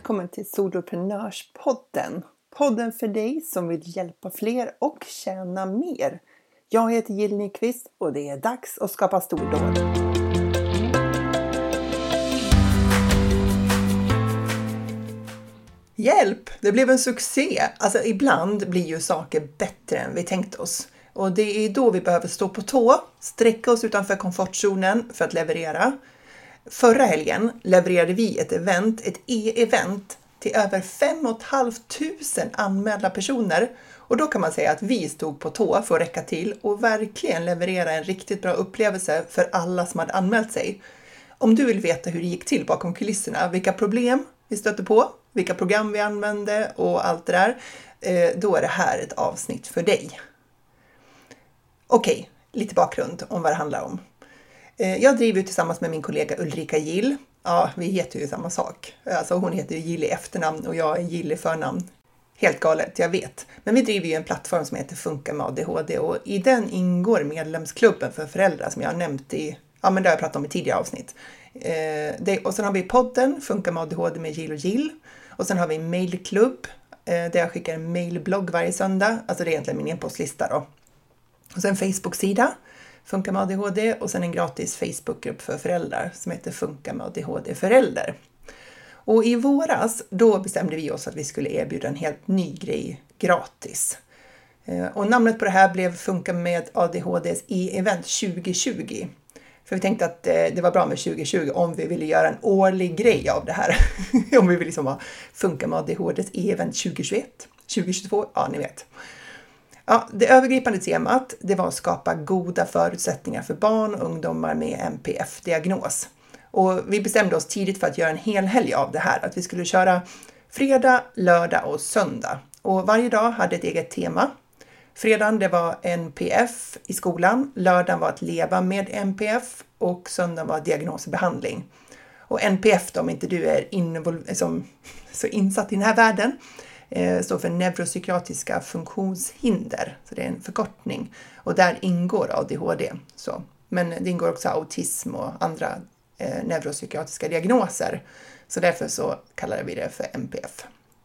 välkommen till Soloprenörspodden. Podden för dig som vill hjälpa fler och tjäna mer. Jag heter Jill Nyqvist och det är dags att skapa stordåd. Hjälp! Det blev en succé. Alltså ibland blir ju saker bättre än vi tänkt oss. Och det är då vi behöver stå på tå, sträcka oss utanför komfortzonen för att leverera. Förra helgen levererade vi ett e-event till över 5 500 anmälda personer. Och då kan man säga att vi stod på tå för att räcka till och verkligen leverera en riktigt bra upplevelse för alla som hade anmält sig. Om du vill veta hur det gick till bakom kulisserna, vilka problem vi stötte på, vilka program vi använde och allt det där, då är det här ett avsnitt för dig. Okej, lite bakgrund om vad det handlar om. Jag driver tillsammans med min kollega Ulrika Jill. Ja, vi heter ju samma sak. Alltså hon heter ju Jill i efternamn och jag är Jill i förnamn. Helt galet, jag vet. Men vi driver ju en plattform som heter Funka med ADHD och i den ingår medlemsklubben för föräldrar som jag har nämnt det har jag pratat om i tidigare avsnitt. Och sen har vi podden Funka med ADHD med Jill och Jill. Och sen har vi en mailklubb där jag skickar en mailblogg varje söndag. Alltså det är egentligen min e-postlista då. Och sen Facebook-sida. Funka med ADHD och sen en gratis Facebookgrupp för föräldrar som heter Funka med ADHD förälder. Och i våras då bestämde vi oss att vi skulle erbjuda en helt ny grej gratis. Och namnet på det här blev Funka med ADHDs e-event 2020. För vi tänkte att det var bra med 2020 om vi ville göra en årlig grej av det här. Om vi ville liksom ha Funka med ADHDs e-event 2021, 2022, ja ni vet. Ja, det övergripande temat det var att skapa goda förutsättningar för barn och ungdomar med NPF-diagnos. Och vi bestämde oss tidigt för att göra en hel helg av det här. Att vi skulle köra fredag, lördag och söndag. Och varje dag hade ett eget tema. Fredagen det var NPF i skolan. Lördagen var att leva med NPF. Och söndagen var diagnos och behandling. Och NPF då, om inte du är så insatt i den här världen. Står för neuropsykiatriska funktionshinder. Så det är en förkortning. Och där ingår ADHD. Så. Men det ingår också autism och andra neuropsykiatriska diagnoser. Så därför så kallar vi det för NPF.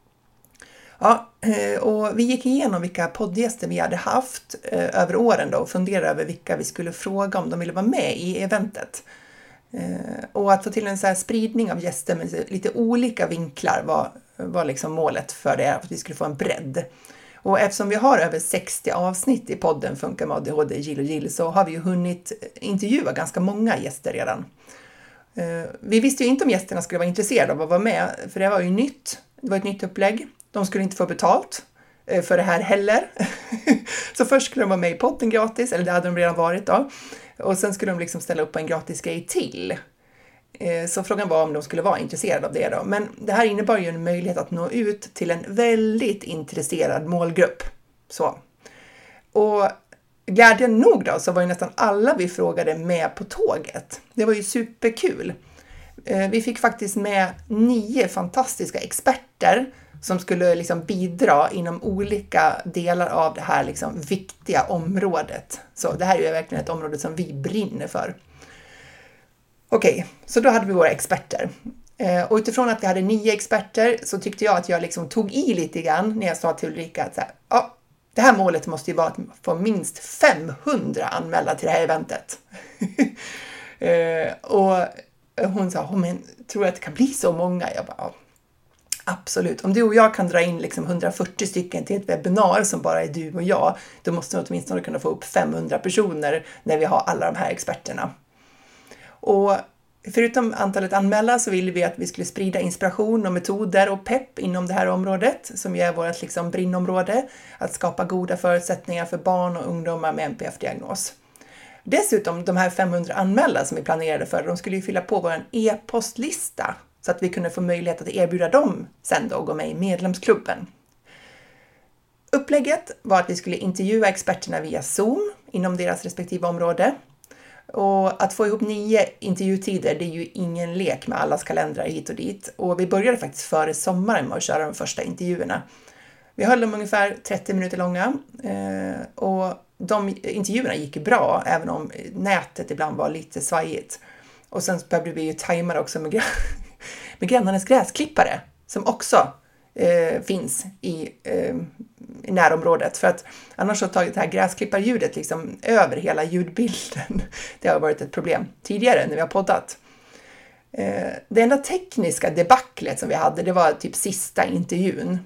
Ja, och vi gick igenom vilka poddgäster vi hade haft över åren då och funderade över vilka vi skulle fråga om de ville vara med i eventet. Och att få till en så här spridning av gäster med lite olika vinklar var liksom målet för det, att vi skulle få en bredd. Och eftersom vi har över 60 avsnitt i podden Funka med ADHD, Jill och Jill, så har vi ju hunnit intervjua ganska många gäster redan. Vi visste ju inte om gästerna skulle vara intresserade av att vara med, för det var ju nytt. Det var ett nytt upplägg. De skulle inte få betalt för det här heller. Så först skulle de vara med i podden gratis, eller det hade de redan varit då. Och sen skulle de liksom ställa upp på en gratis grej till. Så frågan var om de skulle vara intresserade av det då. Men det här innebar ju en möjlighet att nå ut till en väldigt intresserad målgrupp. Så. Och glädjen nog då så var ju nästan alla vi frågade med på tåget. Det var ju superkul. Vi fick faktiskt med 9 fantastiska experter som skulle liksom bidra inom olika delar av det här liksom viktiga området. Så det här är ju verkligen ett område som vi brinner för. Okej, så då hade vi våra experter. Och utifrån att vi hade 9 experter så tyckte jag att jag liksom tog i lite grann när jag sa till Ulrika att så här, ja, det här målet måste ju vara att få minst 500 anmälda till det här eventet. Och hon sa, men tror du att det kan bli så många? Jag bara, ja, absolut. Om du och jag kan dra in liksom 140 stycken till ett webbinar som bara är du och jag, då måste vi åtminstone kunna få upp 500 personer när vi har alla de här experterna. Och förutom antalet anmälda så ville vi att vi skulle sprida inspiration och metoder och pepp inom det här området som ju är vårt liksom brinnområde. Att skapa goda förutsättningar för barn och ungdomar med NPF-diagnos. Dessutom de här 500 anmälda som vi planerade för, de skulle ju fylla på vår e-postlista så att vi kunde få möjlighet att erbjuda dem sen då och gå med i medlemsklubben. Upplägget var att vi skulle intervjua experterna via Zoom inom deras respektive område. Och att få ihop 9 intervjutider, det är ju ingen lek med allas kalendrar hit och dit. Och vi började faktiskt före sommaren med att köra de första intervjuerna. Vi höll dem ungefär 30 minuter långa. Och de intervjuerna gick bra, även om nätet ibland var lite svajigt. Och sen behövde vi ju tajma också med grannarnas gräsklippare. som också finns i närområdet. För att annars har tagit det här gräsklipparljudet liksom över hela ljudbilden. Det har varit ett problem tidigare när vi har poddat. Det enda tekniska debaclet som vi hade, det var typ sista intervjun.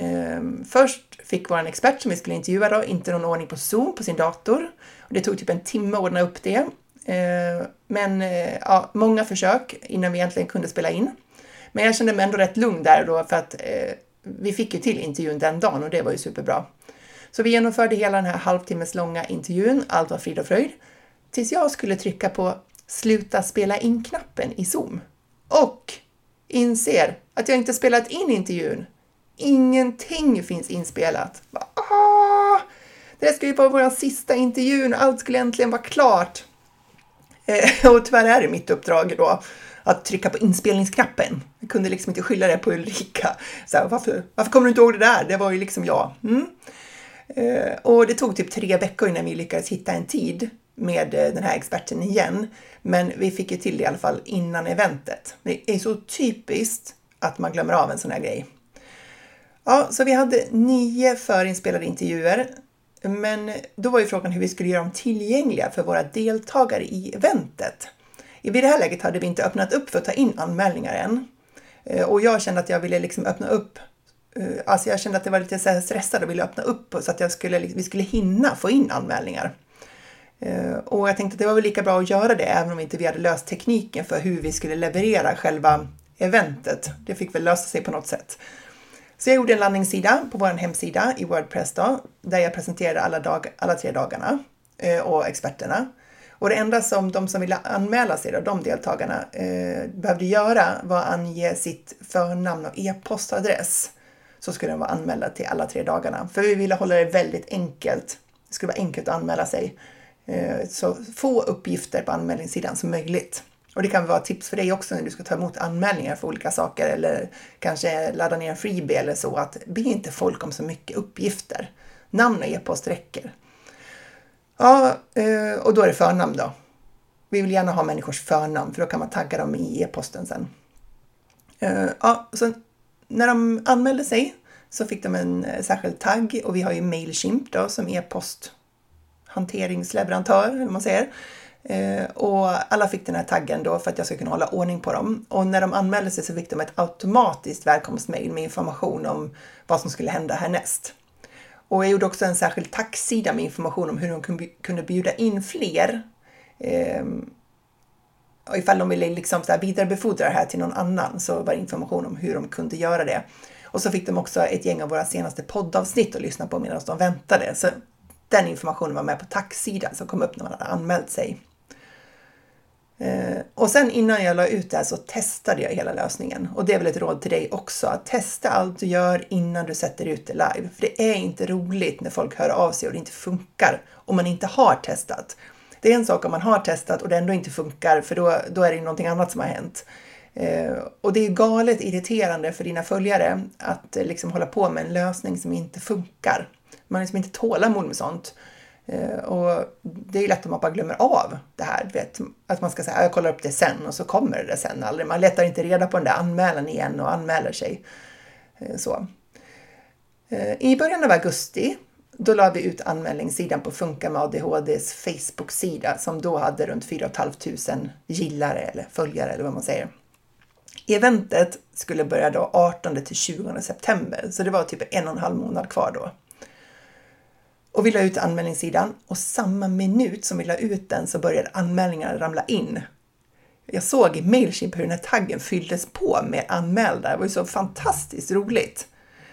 Först fick vår expert som vi skulle intervjua då inte någon ordning på Zoom på sin dator. Och det tog typ en timme att ordna upp det. Men många försök innan vi egentligen kunde spela in. Men jag kände mig ändå rätt lugn där då för att vi fick ju till intervjun den dagen och det var ju superbra. Så vi genomförde hela den här halvtimmes långa intervjun, allt var frid och fröjd. Tills jag skulle trycka på sluta spela in-knappen i Zoom. Och inser att jag inte spelat in intervjun. Ingenting finns inspelat. Det här ska ju vara vår sista intervjun, allt skulle äntligen vara klart. Och tyvärr är det mitt uppdrag då att trycka på inspelningsknappen. Jag kunde liksom inte skylla det på Ulrika. Så här, varför kommer du inte ihåg det där? Det var ju liksom jag. Och det tog typ 3 veckor innan vi lyckades hitta en tid med den här experten igen. Men vi fick ju till det i alla fall innan eventet. Det är så typiskt att man glömmer av en sån här grej. Ja, så vi hade 9 förinspelade intervjuer. Men då var ju frågan hur vi skulle göra dem tillgängliga för våra deltagare i eventet. Vid det här läget hade vi inte öppnat upp för att ta in anmälningar än. Och jag kände att jag ville liksom öppna upp. Alltså jag kände att det var lite så här stressad och ville öppna upp så att vi skulle hinna få in anmälningar. Och jag tänkte att det var väl lika bra att göra det även om inte vi hade löst tekniken för hur vi skulle leverera själva eventet. Det fick väl lösa sig på något sätt. Så jag gjorde en landningssida på vår hemsida i WordPress då, där jag presenterade alla 3 dagarna och experterna. Och det enda som de som ville anmäla sig, då, de deltagarna, behövde göra var att ange sitt förnamn och e-postadress. Så skulle de vara anmälda till alla 3 dagarna. För vi ville hålla det väldigt enkelt. Det skulle vara enkelt att anmäla sig. Så få uppgifter på anmälningssidan som möjligt. Och det kan vara tips för dig också när du ska ta emot anmälningar för olika saker. Eller kanske ladda ner en freebie eller så. Att be inte folk om så mycket uppgifter. Namn och e-post räcker. Ja, och då är det förnamn då. Vi vill gärna ha människors förnamn för då kan man tagga dem i e-posten sen. Ja, så när de anmälde sig så fick de en särskild tagg och vi har ju Mailchimp då som e-posthanteringsleverantör eller vad man säger. Och alla fick den här taggen då för att jag ska kunna hålla ordning på dem. Och när de anmälde sig så fick de ett automatiskt välkomstmail med information om vad som skulle hända härnäst. Och jag gjorde också en särskild tacksida med information om hur de kunde bjuda in fler. Och ifall de ville liksom så här vidarebefordra det här till någon annan så var det information om hur de kunde göra det. Och så fick de också ett gäng av våra senaste poddavsnitt att lyssna på medan de väntade. Så den informationen var med på tacksidan som kom upp när man hade anmält sig. Och sen innan jag la ut det här så testade jag hela lösningen. Och det är väl ett råd till dig också. Att testa allt du gör innan du sätter ut det live. För det är inte roligt när folk hör av sig och det inte funkar om man inte har testat. Det är en sak om man har testat och det ändå inte funkar för då är det någonting annat som har hänt. Och det är galet irriterande för dina följare att liksom hålla på med en lösning som inte funkar. Man är liksom inte tålamod med sånt. Och det är lätt om man bara glömmer av det här. Vet, att man ska säga jag kollar upp det sen och så kommer det sen aldrig. Man letar inte reda på den där anmälan igen och anmäler sig. Så. I början av augusti då la vi ut anmälningssidan på Funka med ADHDs Facebook-sida som då hade runt 4 500 gillare eller följare eller vad man säger. Eventet skulle börja då 18 till 20 september så det var typ 1,5 månad kvar då. Och vi la ut anmälningssidan och samma minut som vi la ut den så började anmälningarna ramla in. Jag såg i Mailchimp hur den här taggen fylldes på med anmälda. Det var ju så fantastiskt roligt.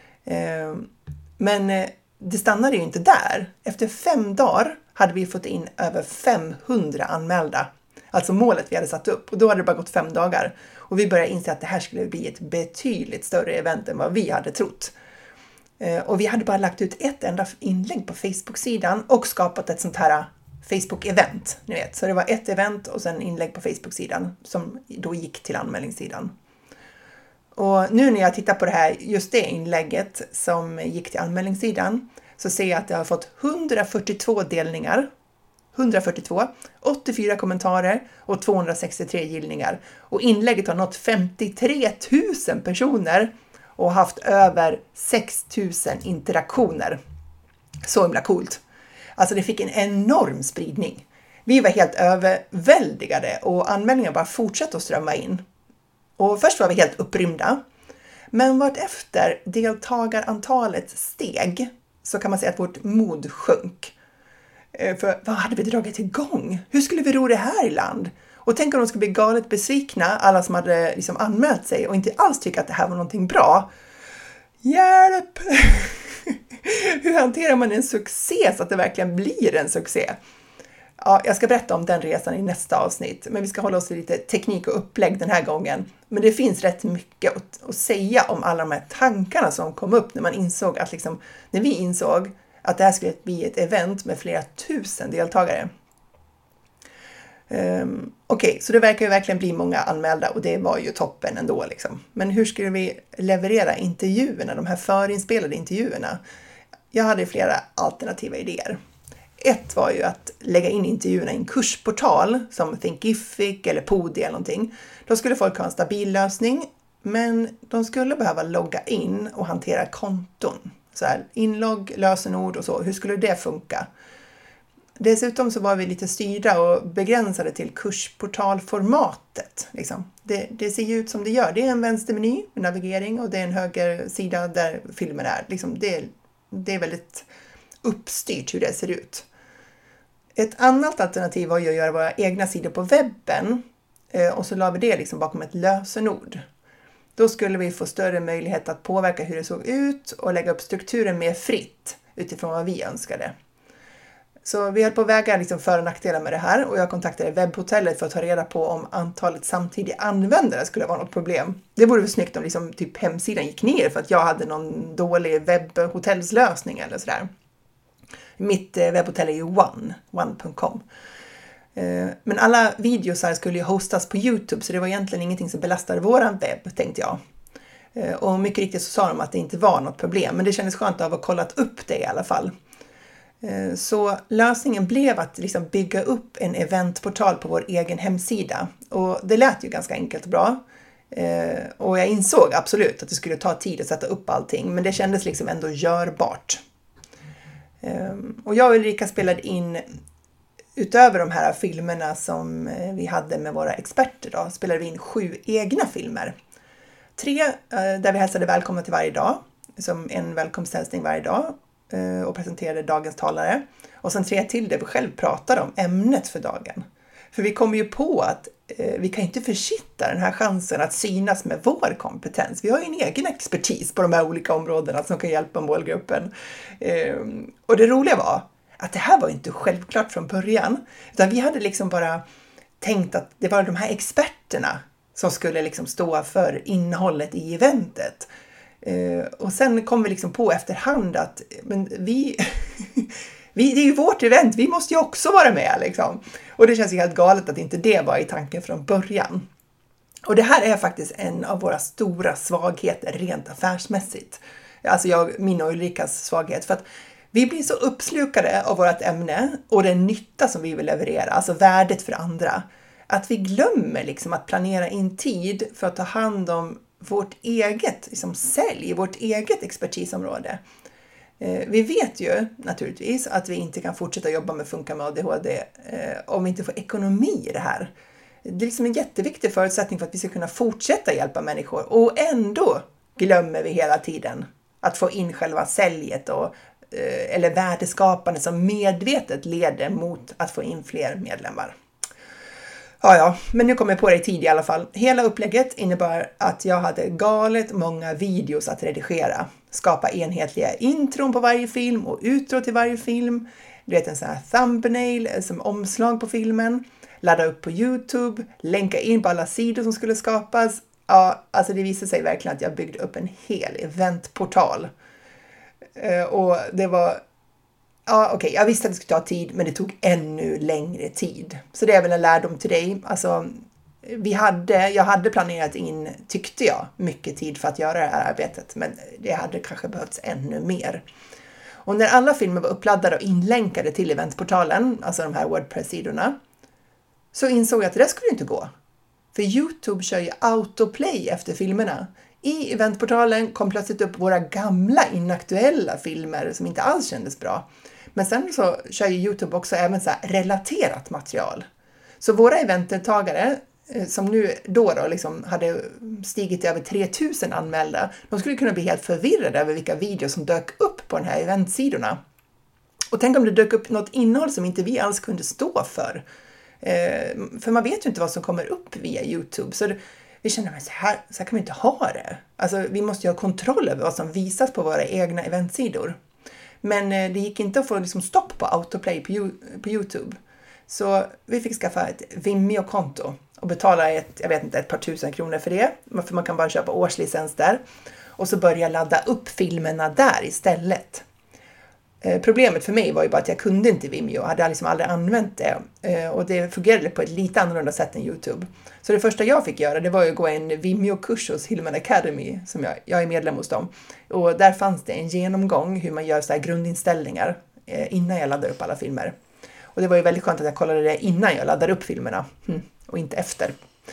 Men det stannade ju inte där. Efter 5 dagar hade vi fått in över 500 anmälda. Alltså målet vi hade satt upp. Och då hade det bara gått 5 dagar. Och vi började inse att det här skulle bli ett betydligt större event än vad vi hade trott. Och vi hade bara lagt ut ett enda inlägg på Facebook-sidan och skapat ett sånt här Facebook-event. Ni vet. Så det var ett event och sen inlägg på Facebook-sidan som då gick till anmälningssidan. Och nu när jag tittar på det här, just det inlägget som gick till anmälningssidan så ser jag att det har fått 142 delningar. 142, 84 kommentarer och 263 gillningar. Och inlägget har nått 53 000 personer och haft över 6000 interaktioner. Så himla coolt. Alltså det fick en enorm spridning. Vi var helt överväldigade och anmälningar bara fortsatte att strömma in. Och först var vi helt upprymda. Men vartefter deltagarantalet steg så kan man säga att vårt mod sjönk. För vad hade vi dragit igång? Hur skulle vi ro det här i land? Och tänk om de skulle bli galet besvikna, alla som hade liksom anmält sig och inte alls tycka att det här var någonting bra. Hjälp! Hur hanterar man en succé så att det verkligen blir en succé? Ja, jag ska berätta om den resan i nästa avsnitt, men vi ska hålla oss till lite teknik och upplägg den här gången. Men det finns rätt mycket att säga om alla de här tankarna som kom upp när man insåg att när vi insåg att det här skulle bli ett event med flera tusen deltagare. Okej, så det verkar ju verkligen bli många anmälda och det var ju toppen ändå liksom. Men hur skulle vi leverera intervjuerna, de här förinspelade intervjuerna? Jag hade flera alternativa idéer. Ett var ju att lägga in intervjuerna i en kursportal som Thinkific eller Podi eller någonting. Då skulle folk ha en stabil lösning, men de skulle behöva logga in och hantera konton. Så här, inlogg, lösenord och så. Hur skulle det funka? Dessutom så var vi lite styrda och begränsade till kursportalformatet. Liksom. Det ser ju ut som det gör. Det är en vänstermeny med navigering och det är en höger sida där filmen är. Liksom det är väldigt uppstyrt hur det ser ut. Ett annat alternativ var ju att göra våra egna sidor på webben och så la vi det liksom bakom ett lösenord. Då skulle vi få större möjlighet att påverka hur det såg ut och lägga upp strukturen mer fritt utifrån vad vi önskade. Så vi höll på att väga liksom för- och nackdelar med det här och jag kontaktade webbhotellet för att ta reda på om antalet samtidiga användare skulle vara något problem. Det vore väl snyggt om typ hemsidan gick ner för att jag hade någon dålig webbhotellslösning eller sådär. Mitt webbhotell är ju one.com. Men alla videosar skulle ju hostas på YouTube så det var egentligen ingenting som belastade våran webb, tänkte jag. Och mycket riktigt så sa de att det inte var något problem, men det kändes skönt att ha kollat upp det i alla fall. Så lösningen blev att bygga upp en eventportal på vår egen hemsida. Och det lät ju ganska enkelt och bra. Och jag insåg absolut att det skulle ta tid att sätta upp allting, men det kändes ändå görbart. Och jag och Ulrika spelade in, utöver de här filmerna som vi hade med våra experter då, spelade vi in 7 egna filmer. 3 där vi hälsade välkomna till varje dag, som en välkomsthälsning varje dag och presenterade dagens talare. Och sen 3 till där vi själv pratade om ämnet för dagen. För vi kom ju på att vi kan inte försitta den här chansen att synas med vår kompetens. Vi har ju en egen expertis på de här olika områdena som kan hjälpa målgruppen. Och det roliga var att det här var inte självklart från början. Utan vi hade bara tänkt att det var de här experterna som skulle stå för innehållet i eventet. Och sen kom vi på efterhand att men vi det är ju vårt event, vi måste ju också vara med Och det känns ju helt galet att inte det var i tanken från början. Och det här är faktiskt en av våra stora svagheter rent affärsmässigt. Alltså min och Ulrikas svaghet, för att vi blir så uppslukade av vårt ämne och den nytta som vi vill leverera, alltså värdet för andra, att vi glömmer att planera in tid för att ta hand om vårt eget sälj, vårt eget expertisområde. Vi vet ju naturligtvis att vi inte kan fortsätta jobba med Funka med ADHD om vi inte får ekonomi i det här. Det är en jätteviktig förutsättning för att vi ska kunna fortsätta hjälpa människor och ändå glömmer vi hela tiden att få in själva säljet eller värdeskapande som medvetet leder mot att få in fler medlemmar. Ja, men nu kommer jag på det i tid i alla fall. Hela upplägget innebar att jag hade galet många videos att redigera. Skapa enhetliga intron på varje film och utro till varje film. En sån här thumbnail som omslag på filmen. Ladda upp på YouTube. Länka in på alla sidor som skulle skapas. Ja, alltså det visade sig verkligen att jag byggde upp en hel eventportal. Och det var... Ja, okej. Jag visste att det skulle ta tid, men det tog ännu längre tid. Så det är väl en lärdom till dig. Alltså, jag hade planerat in, tyckte jag, mycket tid för att göra det här arbetet. Men det hade kanske behövts ännu mer. Och när alla filmer var uppladdade och inlänkade till eventportalen, alltså de här WordPress-sidorna, så insåg jag att det skulle inte gå. För YouTube kör ju autoplay efter filmerna. I eventportalen kom plötsligt upp våra gamla inaktuella filmer som inte alls kändes bra. Men sen så kör ju YouTube också även så här relaterat material. Så våra eventdeltagare som nu då liksom hade stigit över 3000 anmälda, de skulle kunna bli helt förvirrade över vilka videos som dök upp på den här eventsidorna. Och tänk om det dök upp något innehåll som inte vi alls kunde stå för. För man vet ju inte vad som kommer upp via YouTube. Så vi kände att så här kan vi inte ha det. Alltså, vi måste ju ha kontroll över vad som visas på våra egna eventsidor. Men det gick inte att få liksom stopp på autoplay på YouTube. Så vi fick skaffa ett Vimeo-konto och betala ett par tusen kronor för det. För man kan bara köpa årslicens där. Och så börja ladda upp filmerna där istället. Problemet för mig var ju bara att jag kunde inte Vimeo. Jag hade liksom aldrig använt det. Och det fungerade på ett lite annorlunda sätt än YouTube. Så det första jag fick göra, det var ju att gå en Vimeo-kurs hos Hillman Academy. Som jag är medlem hos dem. Och där fanns det en genomgång hur man gör så här grundinställningar innan jag laddar upp alla filmer. Och det var ju väldigt skönt att jag kollade det innan jag laddade upp filmerna. Och inte efter.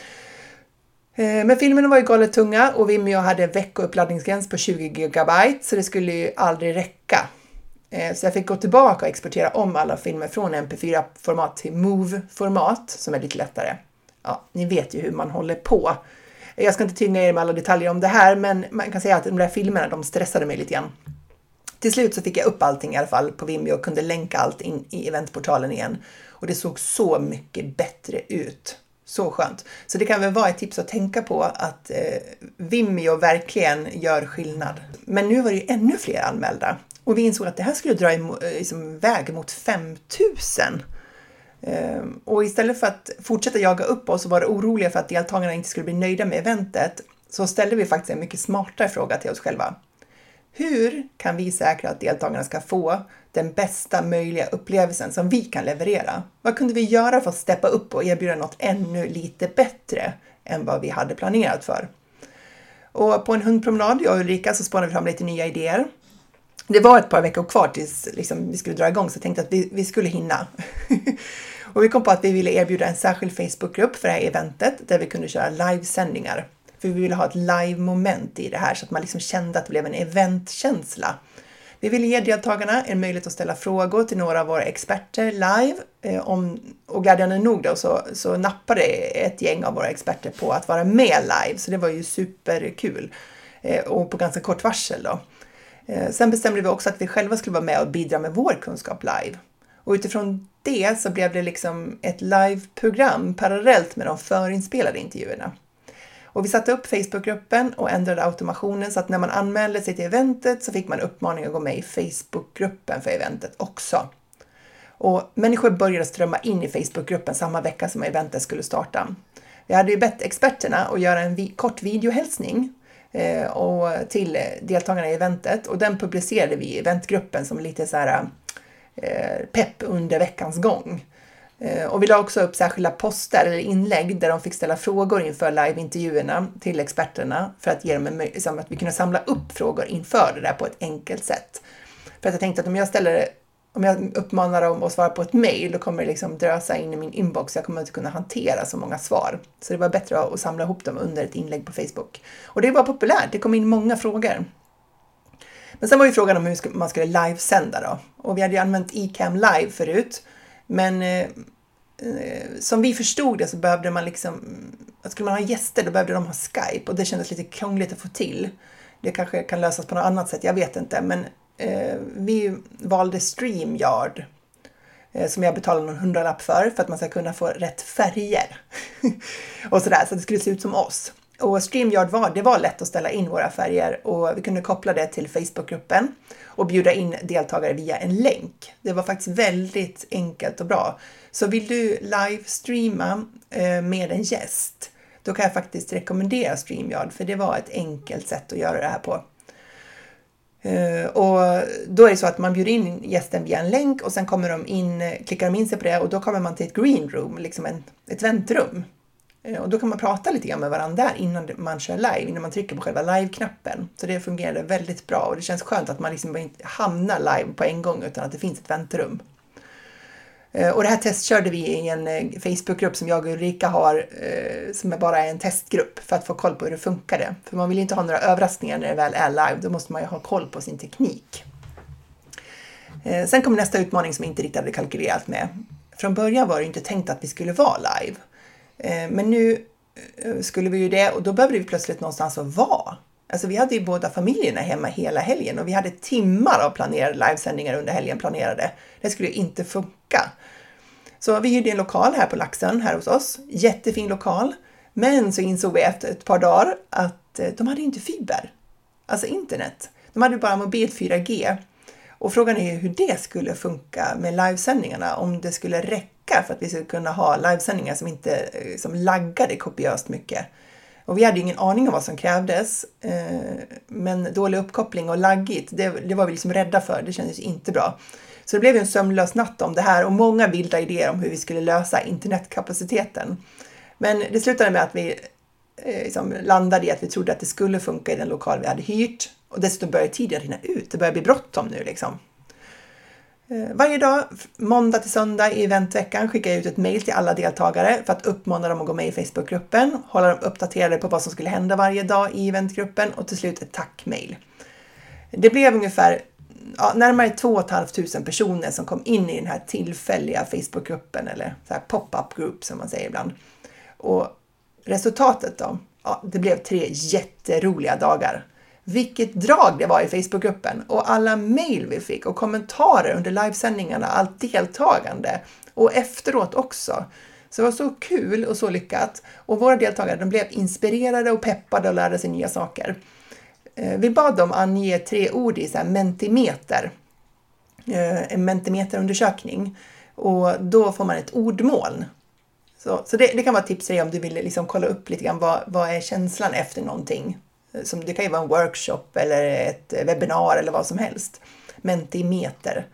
Men filmerna var ju galet tunga och Vimeo hade veckouppladdningsgräns på 20 GB. Så det skulle ju aldrig räcka. Så jag fick gå tillbaka och exportera om alla filmer från MP4-format till MOV-format som är lite lättare. Ja, ni vet ju hur man håller på. Jag ska inte tynga er med alla detaljer om det här, men man kan säga att de där filmerna, de stressade mig lite grann. Till slut så fick jag upp allting i alla fall på Vimeo och kunde länka allt in i eventportalen igen. Och det såg så mycket bättre ut. Så skönt. Så det kan väl vara ett tips att tänka på att Vimeo verkligen gör skillnad. Men nu var det ju ännu fler anmälda. Och vi insåg att det här skulle dra väg mot 5000. Och istället för att fortsätta jaga upp oss och vara oroliga för att deltagarna inte skulle bli nöjda med eventet, så ställde vi faktiskt en mycket smartare fråga till oss själva. Hur kan vi säkra att deltagarna ska få den bästa möjliga upplevelsen som vi kan leverera? Vad kunde vi göra för att steppa upp och erbjuda något ännu lite bättre än vad vi hade planerat för? Och på en hundpromenad, jag och Ulrika, så spånade vi fram lite nya idéer. Det var ett par veckor kvar tills vi skulle dra igång, så jag tänkte att vi skulle hinna. Och vi kom på att vi ville erbjuda en särskild Facebookgrupp för det här eventet där vi kunde köra livesändningar. För vi ville ha ett live-moment i det här så att man liksom kände att det blev en eventkänsla. Vi ville ge deltagarna en möjlighet att ställa frågor till några av våra experter live. Och glädjande nog då så nappade ett gäng av våra experter på att vara med live. Så det var ju superkul. Och på ganska kort varsel då. Sen bestämde vi också att vi själva skulle vara med och bidra med vår kunskap live. Och utifrån det så blev det liksom ett live-program parallellt med de förinspelade intervjuerna. Och vi satte upp Facebookgruppen och ändrade automationen så att när man anmälde sig till eventet så fick man uppmaning att gå med i Facebookgruppen för eventet också. Och människor började strömma in i Facebookgruppen samma vecka som eventet skulle starta. Vi hade ju bett experterna att göra en kort videohälsning och till deltagarna i eventet, och den publicerade vi i eventgruppen som lite så här pepp under veckans gång. Och vi la också upp särskilda poster eller inlägg där de fick ställa frågor inför liveintervjuerna till experterna för att ge dem en möjlighet att vi kunde samla upp frågor inför det där på ett enkelt sätt. För att jag tänkte att om jag uppmanar dem att svara på ett mejl, då kommer det liksom drösa in i min inbox. Jag kommer inte kunna hantera så många svar. Så det var bättre att samla ihop dem under ett inlägg på Facebook. Och det var populärt. Det kom in många frågor. Men sen var ju frågan om hur man skulle livesända då. Och vi hade ju använt eCam Live förut. Men som vi förstod det så behövde man skulle man ha gäster, då behövde de ha Skype. Och det kändes lite krångligt att få till. Det kanske kan lösas på något annat sätt, jag vet inte. Men vi valde StreamYard som jag betalade någon 100-lapp för att man ska kunna få rätt färger. Och sådär, så att det skulle se ut som oss. Och StreamYard det var lätt att ställa in våra färger och vi kunde koppla det till Facebookgruppen och bjuda in deltagare via en länk. Det var faktiskt väldigt enkelt och bra. Så vill du livestreama med en gäst, då kan jag faktiskt rekommendera StreamYard, för det var ett enkelt sätt att göra det här på. Och då är det så att man bjuder in gästen via en länk och sen klickar de in sig på det och då kommer man till ett green room, liksom ett väntrum. Och då kan man prata lite grann med varandra där innan man kör live, innan man trycker på själva live-knappen. Så det fungerade väldigt bra och det känns skönt att man liksom inte hamnar live på en gång utan att det finns ett väntrum. Och det här testkörde vi i en Facebookgrupp som jag och Ulrika har, som är bara en testgrupp för att få koll på hur det funkade. För man vill inte ha några överraskningar när det väl är live, då måste man ju ha koll på sin teknik. Sen kom nästa utmaning som jag inte riktigt hade kalkylerat med. Från början var det inte tänkt att vi skulle vara live. Men nu skulle vi ju det och då behövde vi plötsligt någonstans att vara. Alltså vi hade ju båda familjerna hemma hela helgen och vi hade timmar av planerade livesändningar under helgen planerade. Det skulle ju inte funka. Så vi hyrde en lokal här på Laxön, här hos oss. Jättefin lokal. Men så insåg vi efter ett par dagar att de hade inte fiber. Alltså internet. De hade bara mobilt 4G. Och frågan är hur det skulle funka med livesändningarna. Om det skulle räcka för att vi skulle kunna ha livesändningar som laggade kopiöst mycket. Och vi hade ingen aning om vad som krävdes. Men dålig uppkoppling och laggigt, det var vi liksom rädda för. Det kändes inte bra. Så det blev en sömnlös natt om det här och många vilda idéer om hur vi skulle lösa internetkapaciteten. Men det slutade med att vi landade i att vi trodde att det skulle funka i den lokal vi hade hyrt. Och dessutom började tiden rinna ut. Det börjar bli bråttom nu liksom. Varje dag, måndag till söndag i eventveckan skickar jag ut ett mejl till alla deltagare för att uppmana dem att gå med i Facebookgruppen, hålla dem uppdaterade på vad som skulle hända varje dag i eventgruppen och till slut ett tackmejl. Det blev ungefär närmare 2 500 personer som kom in i den här tillfälliga Facebookgruppen eller så här pop-up group som man säger ibland. Och resultatet då? Ja, det blev 3 jätteroliga dagar. Vilket drag det var i Facebookgruppen och alla mejl vi fick och kommentarer under livesändningarna, allt deltagande och efteråt också. Så det var så kul och så lyckat och våra deltagare de blev inspirerade och peppade och lärde sig nya saker. Vi bad dem ange 3 ord i så här mentimeter, en mentimeterundersökning och då får man ett ordmoln. Så det kan vara ett tips till dig om du vill liksom kolla upp lite grann vad är känslan efter någonting. Det kan ju vara en workshop eller ett webbinar eller vad som helst. Mentimeter.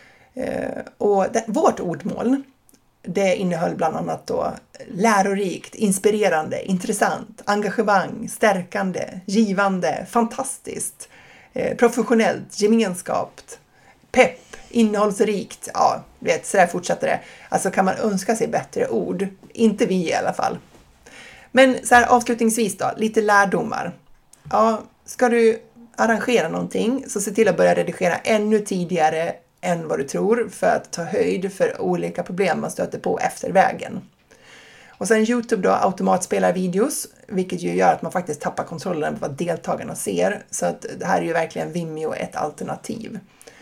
Och vårt ordmoln, det innehöll bland annat då lärorikt, inspirerande, intressant, engagemang, stärkande, givande, fantastiskt, professionellt, gemenskapt, pepp, innehållsrikt. Ja, så där fortsätter det. Alltså kan man önska sig bättre ord? Inte vi i alla fall. Men så här avslutningsvis då, lite lärdomar. Ja, ska du arrangera någonting så se till att börja redigera ännu tidigare än vad du tror för att ta höjd för olika problem man stöter på efter vägen. Och sen YouTube då automatspelar videos, vilket ju gör att man faktiskt tappar kontrollen på vad deltagarna ser. Så att det här är ju verkligen Vimeo ett alternativ.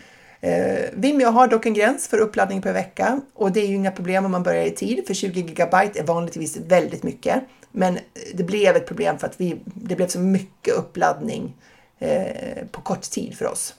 Vimeo har dock en gräns för uppladdning per vecka och det är ju inga problem om man börjar i tid för 20 GB är vanligtvis väldigt mycket. Men det blev ett problem för att det blev så mycket uppladdning på kort tid för oss.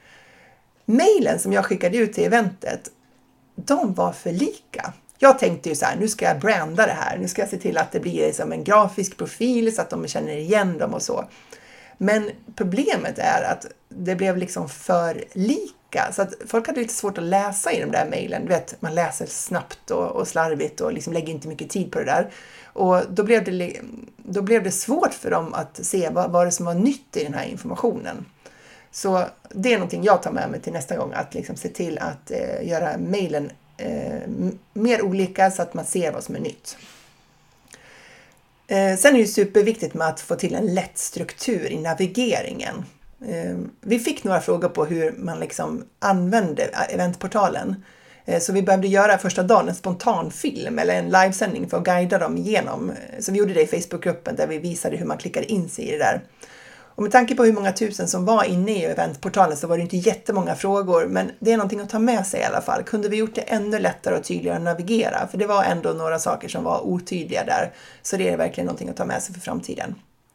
Mailen som jag skickade ut till eventet, de var för lika. Jag tänkte ju så här, nu ska jag branda det här. Nu ska jag se till att det blir som en grafisk profil så att de känner igen dem och så. Men problemet är att det blev liksom för lika. Så att folk hade lite svårt att läsa i de där mejlen. Du vet, man läser snabbt och slarvigt och liksom lägger inte mycket tid på det där. Och då blev det svårt för dem att se vad det som var nytt i den här informationen. Så det är någonting jag tar med mig till nästa gång. Att liksom se till att göra mejlen mer olika så att man ser vad som är nytt. Sen är det superviktigt med att få till en lätt struktur i navigeringen. Vi fick några frågor på hur man liksom använde eventportalen. Så vi behövde göra första dagen en spontanfilm eller en livesändning för att guida dem igenom. Så vi gjorde det i Facebookgruppen där vi visade hur man klickade in sig i det där. Och med tanke på hur många tusen som var inne i eventportalen så var det inte jättemånga frågor. Men det är någonting att ta med sig i alla fall. Kunde vi gjort det ännu lättare och tydligare att navigera? För det var ändå några saker som var otydliga där. Så det är verkligen någonting att ta med sig för framtiden.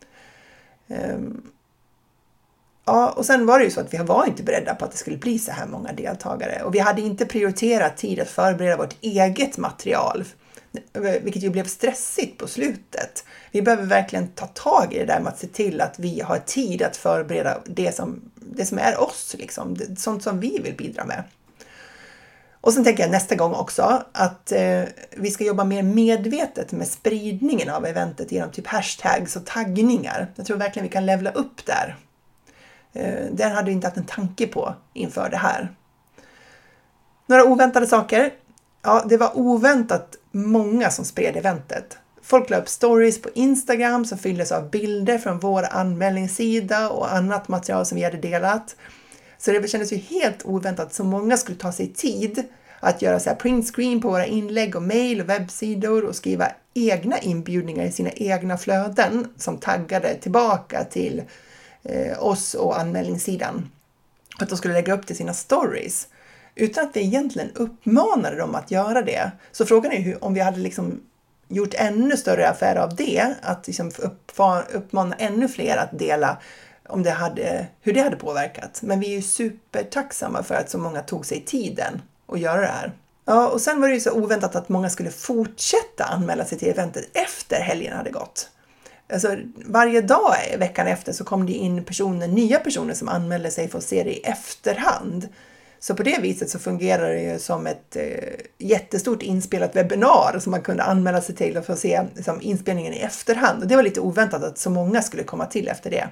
Ja, och sen var det ju så att vi var inte beredda på att det skulle bli så här många deltagare. Och vi hade inte prioriterat tid att förbereda vårt eget material. Vilket ju blev stressigt på slutet. Vi behöver verkligen ta tag i det där med att se till att vi har tid att förbereda det som är oss. Liksom. Sånt som vi vill bidra med. Och sen tänker jag nästa gång också att vi ska jobba mer medvetet med spridningen av eventet genom typ hashtags och taggningar. Jag tror verkligen vi kan levla upp där. Den hade vi inte haft en tanke på inför det här. Några oväntade saker. Ja, det var oväntat många som spred eventet. Folk la upp stories på Instagram som fylldes av bilder från vår anmälningssida och annat material som vi hade delat. Så det kändes ju helt oväntat att så många skulle ta sig tid att göra så här printscreen på våra inlägg och mejl och webbsidor och skriva egna inbjudningar i sina egna flöden som taggade tillbaka till oss och anmälningssidan. Att de skulle lägga upp till sina stories. Utan att vi egentligen uppmanade dem att göra det. Så frågan är ju om vi hade liksom gjort ännu större affär av det. Att liksom uppmana ännu fler att dela om hur det hade påverkat. Men vi är ju supertacksamma för att så många tog sig tiden att göra det här. Ja, och sen var det ju så oväntat att många skulle fortsätta anmäla sig till eventet efter helgen hade gått. Alltså, varje dag veckan efter så kom det in nya personer som anmälde sig för att se det i efterhand. Så på det viset så fungerar det ju som ett jättestort inspelat webbinar som man kunde anmäla sig till och få se liksom, inspelningen i efterhand. Och det var lite oväntat att så många skulle komma till efter det.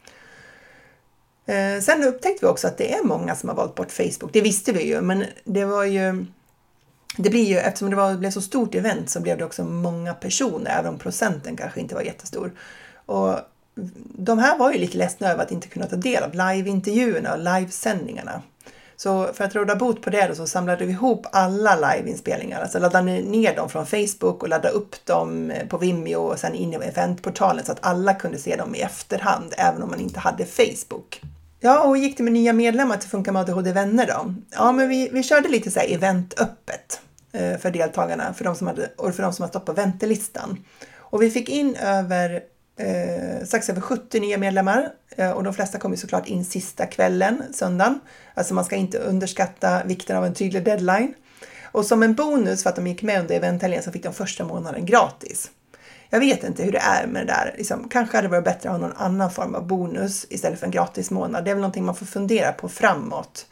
Sen upptäckte vi också att det är många som har valt bort Facebook. Det visste vi ju, men eftersom det blev så stort event så blev det också många personer, även om procenten kanske inte var jättestor. Och de här var ju lite ledsna över att inte kunna ta del av liveintervjuerna och livesändningarna. Så för att råda bot på det då, så samlade vi ihop alla liveinspelningar. Alltså laddade ner dem från Facebook och laddade upp dem på Vimeo och sen in i eventportalen så att alla kunde se dem i efterhand även om man inte hade Facebook. Ja, och gick det med nya medlemmar till Funka med ADHD-vänner då? Ja, men vi körde lite så här eventöppet för deltagarna för de som har stått på väntelistan. Och vi fick in strax över 70 nya medlemmar och de flesta kom ju såklart in sista kvällen, söndagen. Alltså man ska inte underskatta vikten av en tydlig deadline. Och som en bonus för att de gick med under eventhelgen så fick de första månaden gratis. Jag vet inte hur det är med det där. Liksom, kanske hade det varit bättre att ha någon annan form av bonus istället för en gratis månad. Det är väl någonting man får fundera på framåt.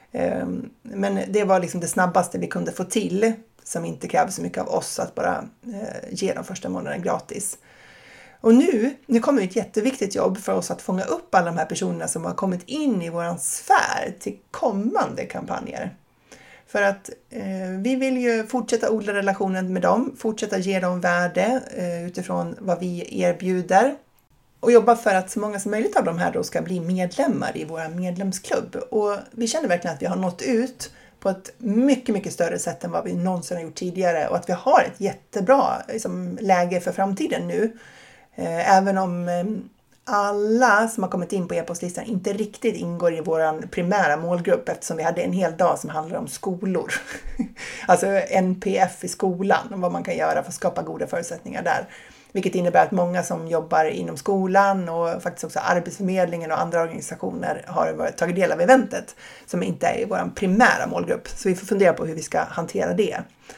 Men det var liksom det snabbaste vi kunde få till som inte kräver så mycket av oss att bara ge de första månaden gratis. Och nu kommer ett jätteviktigt jobb för oss att fånga upp alla de här personerna som har kommit in i våran sfär till kommande kampanjer. För att vi vill ju fortsätta odla relationen med dem, fortsätta ge dem värde utifrån vad vi erbjuder. Och jobba för att så många som möjligt av de här då ska bli medlemmar i vår medlemsklubb. Och vi känner verkligen att vi har nått ut på ett mycket, mycket större sätt än vad vi någonsin har gjort tidigare. Och att vi har ett jättebra läge för framtiden nu. Även om alla som har kommit in på e-postlistan inte riktigt ingår i vår primära målgrupp eftersom vi hade en hel dag som handlar om skolor. Alltså NPF i skolan och vad man kan göra för att skapa goda förutsättningar där. Vilket innebär att många som jobbar inom skolan och faktiskt också Arbetsförmedlingen och andra organisationer har tagit del av eventet som inte är i vår primära målgrupp. Så vi får fundera på hur vi ska hantera det.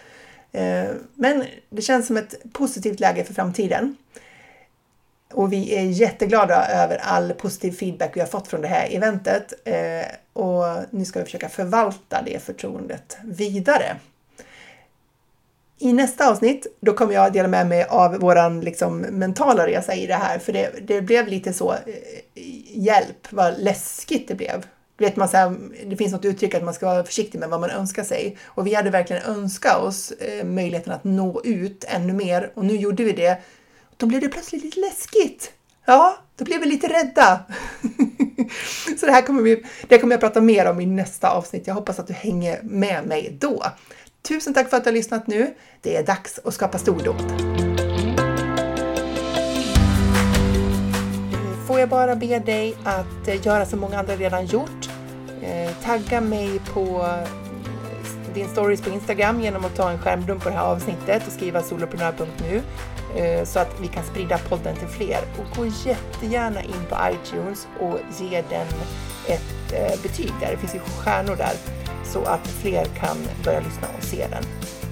Men det känns som ett positivt läge för framtiden. Och vi är jätteglada över all positiv feedback vi har fått från det här eventet. Och nu ska vi försöka förvalta det förtroendet vidare. I nästa avsnitt då kommer jag att dela med mig av våran mentala resa i det här. För det blev lite så, hjälp vad läskigt det blev. Vet man, det finns något uttryck att man ska vara försiktig med vad man önskar sig. Och vi hade verkligen önskat oss möjligheten att nå ut ännu mer. Och nu gjorde vi det. Då blev det plötsligt lite läskigt. Ja, då blev vi lite rädda. Så det kommer jag prata mer om i nästa avsnitt. Jag hoppas att du hänger med mig då. Tusen tack för att du har lyssnat nu. Det är dags att skapa stordåd. Får jag bara be dig att göra som många andra redan gjort. Tagga mig på din stories på Instagram genom att ta en skärmdump på det här avsnittet och skriva soloprenör.nu så att vi kan sprida podden till fler. Och gå jättegärna in på iTunes och ge den ett betyg där. Det finns ju stjärnor där så att fler kan börja lyssna och se den.